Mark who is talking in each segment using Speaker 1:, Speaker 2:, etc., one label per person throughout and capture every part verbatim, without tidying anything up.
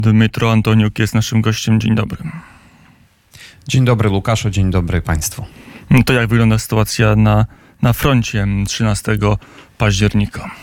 Speaker 1: Dmytro Antoniuk jest naszym gościem. Dzień dobry.
Speaker 2: Dzień dobry Łukaszu, dzień dobry Państwu.
Speaker 1: To jak wygląda sytuacja na, na froncie trzynastego października?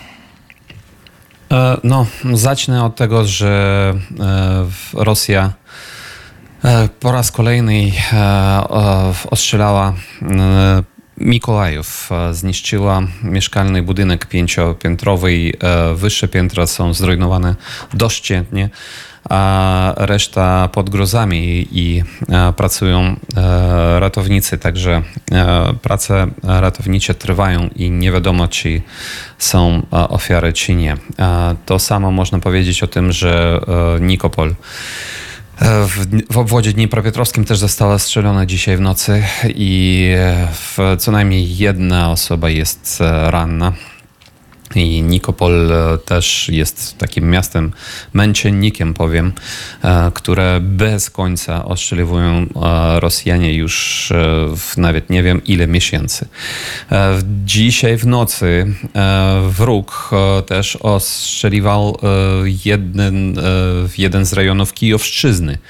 Speaker 2: No, zacznę od tego, że Rosja po raz kolejny ostrzelała Mikołajów, zniszczyła mieszkalny budynek pięciopiętrowy. Wyższe piętra są zrujnowane doszczętnie, a reszta pod grozami i pracują ratownicy, także prace ratownicze trwają i nie wiadomo, czy są ofiary, czy nie. To samo można powiedzieć o tym, że Nikopol W, w obwodzie dniepropietrowskim też została strzelona dzisiaj w nocy i w, co najmniej jedna osoba jest ranna. I Nikopol też jest takim miastem, męczennikiem powiem, które bez końca ostrzeliwują Rosjanie już w nawet nie wiem ile miesięcy. Dzisiaj w nocy wróg też ostrzeliwał jeden, jeden z rejonów Kijowszczyzny.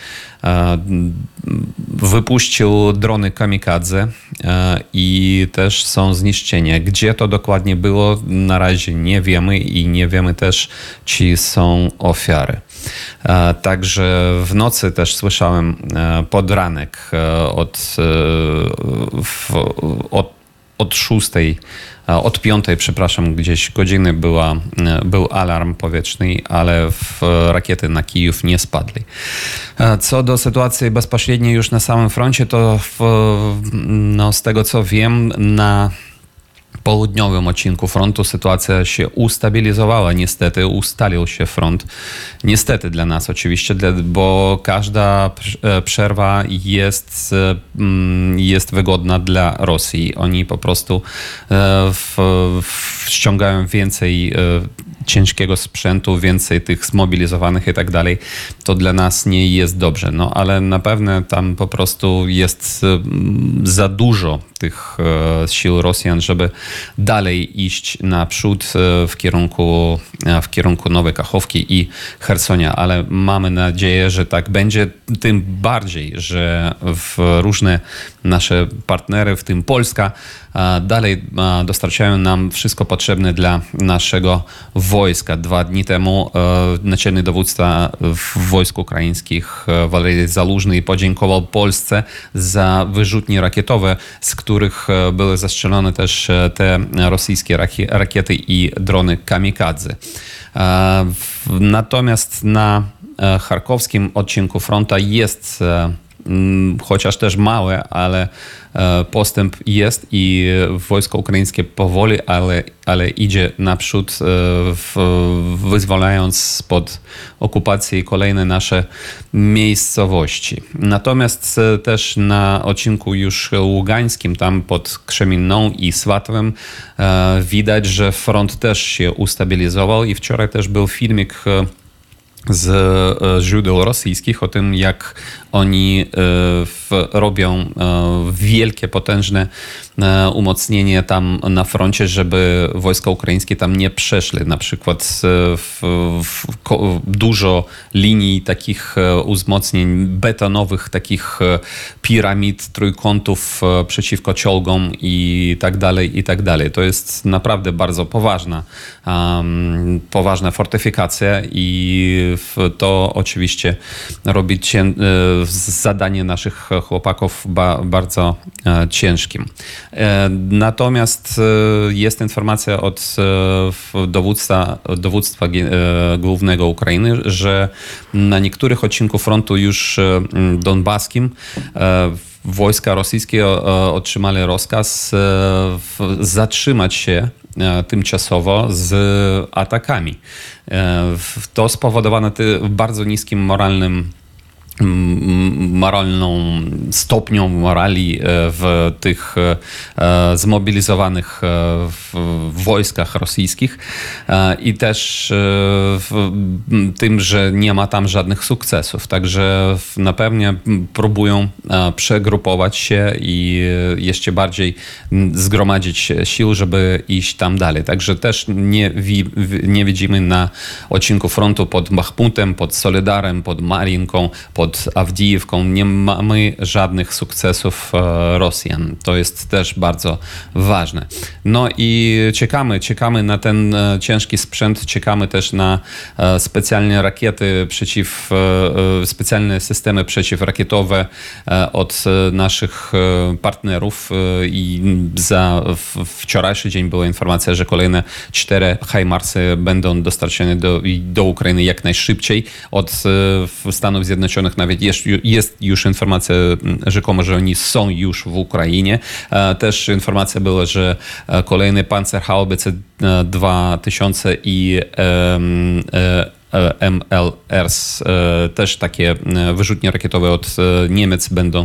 Speaker 2: Wypuścił drony kamikadze i też są zniszczenia. Gdzie to dokładnie było, na razie nie wiemy i nie wiemy też, czy są ofiary. Także w nocy też słyszałem podranek od, od od szóstej, od piątej, przepraszam, gdzieś godziny była, był alarm powietrzny, ale w rakiety na Kijów nie spadli. Co do sytuacji bezpośredniej już na samym froncie, to w, no, z tego co wiem, na południowym odcinku frontu sytuacja się ustabilizowała. Niestety ustalił się front. Niestety dla nas oczywiście, bo każda przerwa jest, jest wygodna dla Rosji. Oni po prostu w, w ściągają więcej ciężkiego sprzętu, więcej tych zmobilizowanych i tak dalej. To dla nas nie jest dobrze. No ale na pewno tam po prostu jest za dużo tych sił Rosjan, żeby dalej iść naprzód w kierunku, w kierunku Nowej Kachowki i Chersonia, ale mamy nadzieję, że tak będzie, tym bardziej, że w różne nasze partnery, w tym Polska, dalej dostarczają nam wszystko potrzebne dla naszego wojska. Dwa dni temu naczelny dowódca wojsk ukraińskich Walery Zalużny podziękował Polsce za wyrzutnie rakietowe, z których były zastrzelone też te rosyjskie rakiety i drony kamikadze. Natomiast na charkowskim odcinku fronta jest, chociaż też małe, ale postęp jest i wojsko ukraińskie powoli, ale, ale idzie naprzód, w, wyzwalając spod okupacji kolejne nasze miejscowości. Natomiast też na odcinku już ługańskim, tam pod Krzemienną i Swatowem, widać, że front też się ustabilizował i wczoraj też był filmik z źródeł rosyjskich o tym, jak oni robią wielkie, potężne umocnienie tam na froncie, żeby wojska ukraińskie tam nie przeszły. Na przykład w, w, dużo linii takich wzmocnień betonowych, takich piramid, trójkątów przeciwko czołgom i tak dalej, i tak dalej. To jest naprawdę bardzo poważna, um, poważna fortyfikacja i to oczywiście robi cię, zadanie naszych chłopaków ba, bardzo e, ciężkim. E, natomiast e, jest informacja od e, dowódca, dowództwa e, głównego Ukrainy, że na niektórych odcinkach frontu już e, donbaskim e, wojska rosyjskie e, otrzymały rozkaz e, zatrzymać się tymczasowo z atakami. To spowodowane bardzo niskim moralnym moralną stopnią morali w tych zmobilizowanych wojskach rosyjskich i też w tym, że nie ma tam żadnych sukcesów. Także na pewno próbują przegrupować się i jeszcze bardziej zgromadzić sił, żeby iść tam dalej. Także też nie, wi- nie widzimy na odcinku frontu pod Bachmutem, pod Soledarem, pod Mariinką, pod Awdijewką nie mamy żadnych sukcesów Rosjan. To jest też bardzo ważne. No i czekamy, czekamy na ten ciężki sprzęt, czekamy też na specjalne rakiety przeciw, specjalne systemy przeciwrakietowe od naszych partnerów i za wczorajszy dzień była informacja, że kolejne cztery HIMARSy będą dostarczone do, do Ukrainy jak najszybciej. Od Stanów Zjednoczonych nawet jest, jest już informacja rzekomo, że oni są już w Ukrainie. Też informacja była, że kolejny Panzerhaubitze dwa tysiące i M L R S, też takie wyrzutnie rakietowe od Niemiec będą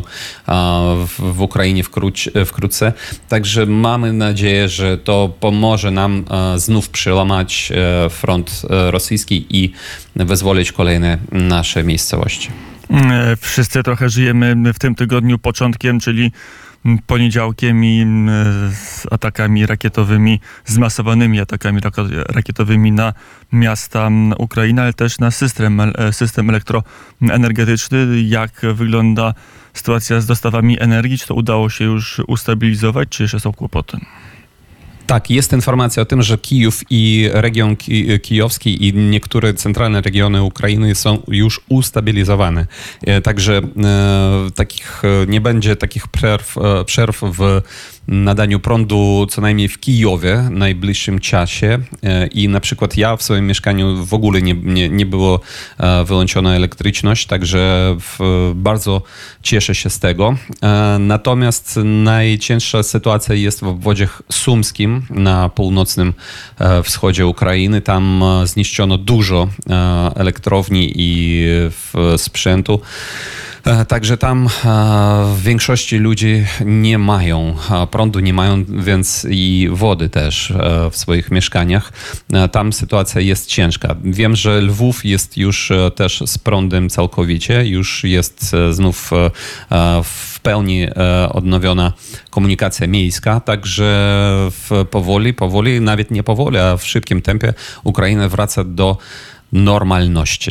Speaker 2: w Ukrainie wkrótce. Także mamy nadzieję, że to pomoże nam znów przełamać front rosyjski i wyzwolić kolejne nasze miejscowości.
Speaker 1: Wszyscy trochę żyjemy w tym tygodniu początkiem, czyli poniedziałkiem i z atakami rakietowymi, zmasowanymi atakami rakietowymi na miasta Ukrainy, ale też na system, system elektroenergetyczny. Jak wygląda sytuacja z dostawami energii? Czy to udało się już ustabilizować, czy jeszcze są kłopoty?
Speaker 2: Tak, jest informacja o tym, że Kijów i region ki- kijowski i niektóre centralne regiony Ukrainy są już ustabilizowane. Także e, takich nie będzie takich przerw, przerw w nadaniu prądu co najmniej w Kijowie w najbliższym czasie i na przykład ja w swoim mieszkaniu w ogóle nie, nie, nie było wyłączona elektryczność, także w, bardzo cieszę się z tego. Natomiast najcięższa sytuacja jest w obwodzie sumskim na północnym wschodzie Ukrainy. Tam zniszczono dużo elektrowni i sprzętu. Także tam w większości ludzi nie mają prądu, nie mają więc i wody też w swoich mieszkaniach. Tam sytuacja jest ciężka. Wiem, że Lwów jest już też z prądem całkowicie, już jest znów w pełni odnowiona komunikacja miejska, także powoli, powoli, nawet nie powoli, a w szybkim tempie Ukraina wraca do normalności.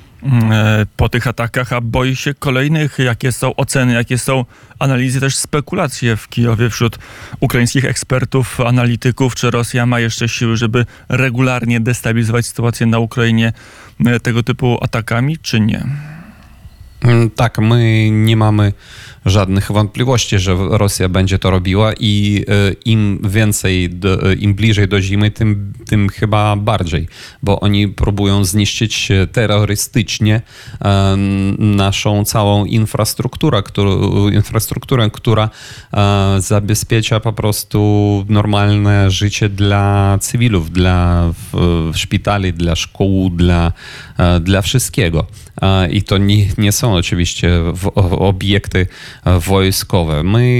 Speaker 1: Po tych atakach, a boi się kolejnych? Jakie są oceny, jakie są analizy, też spekulacje w Kijowie wśród ukraińskich ekspertów, analityków? Czy Rosja ma jeszcze siły, żeby regularnie destabilizować sytuację na Ukrainie tego typu atakami, czy nie?
Speaker 2: Tak, my nie mamy żadnych wątpliwości, że Rosja będzie to robiła i im więcej, im bliżej do zimy, tym, tym chyba bardziej, bo oni próbują zniszczyć terrorystycznie naszą całą infrastrukturę, którą, infrastrukturę, która zabezpiecza po prostu normalne życie dla cywilów, dla szpitali, dla szkół, dla, dla wszystkiego. I to nie, nie są oczywiście obiekty wojskowe. My,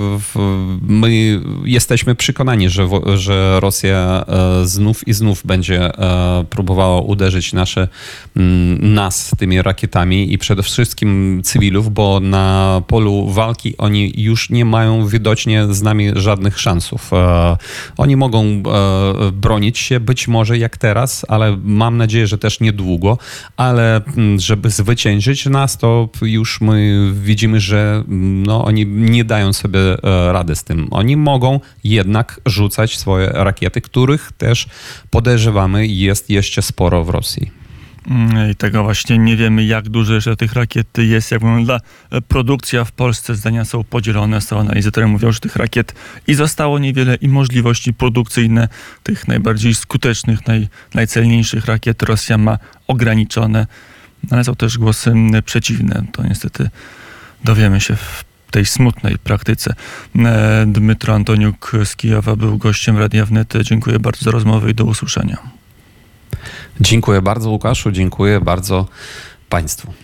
Speaker 2: my jesteśmy przekonani, że, że Rosja znów i znów będzie próbowała uderzyć nasze, nas tymi rakietami i przede wszystkim cywilów, bo na polu walki oni już nie mają widocznie z nami żadnych szansów. Oni mogą bronić się być może jak teraz, ale mam nadzieję, że też niedługo, ale żeby zwyciężyć nas, to już my widzimy, że no, oni nie dają sobie rady z tym. Oni mogą jednak rzucać swoje rakiety, których też podejrzewamy jest jeszcze sporo w Rosji.
Speaker 1: I tego właśnie nie wiemy, jak dużo jeszcze tych rakiet jest, jak wygląda produkcja w Polsce. Zdania są podzielone, są analizy, które mówią, że tych rakiet i zostało niewiele i możliwości produkcyjne tych najbardziej skutecznych, naj, najcelniejszych rakiet Rosja ma ograniczone. Ale są też głosy przeciwne. To niestety dowiemy się w tej smutnej praktyce. Dmytro Antoniuk z Kijowa był gościem Radia Wnet. Dziękuję bardzo za rozmowę i do usłyszenia.
Speaker 2: Dziękuję bardzo, Łukaszu. Dziękuję bardzo Państwu.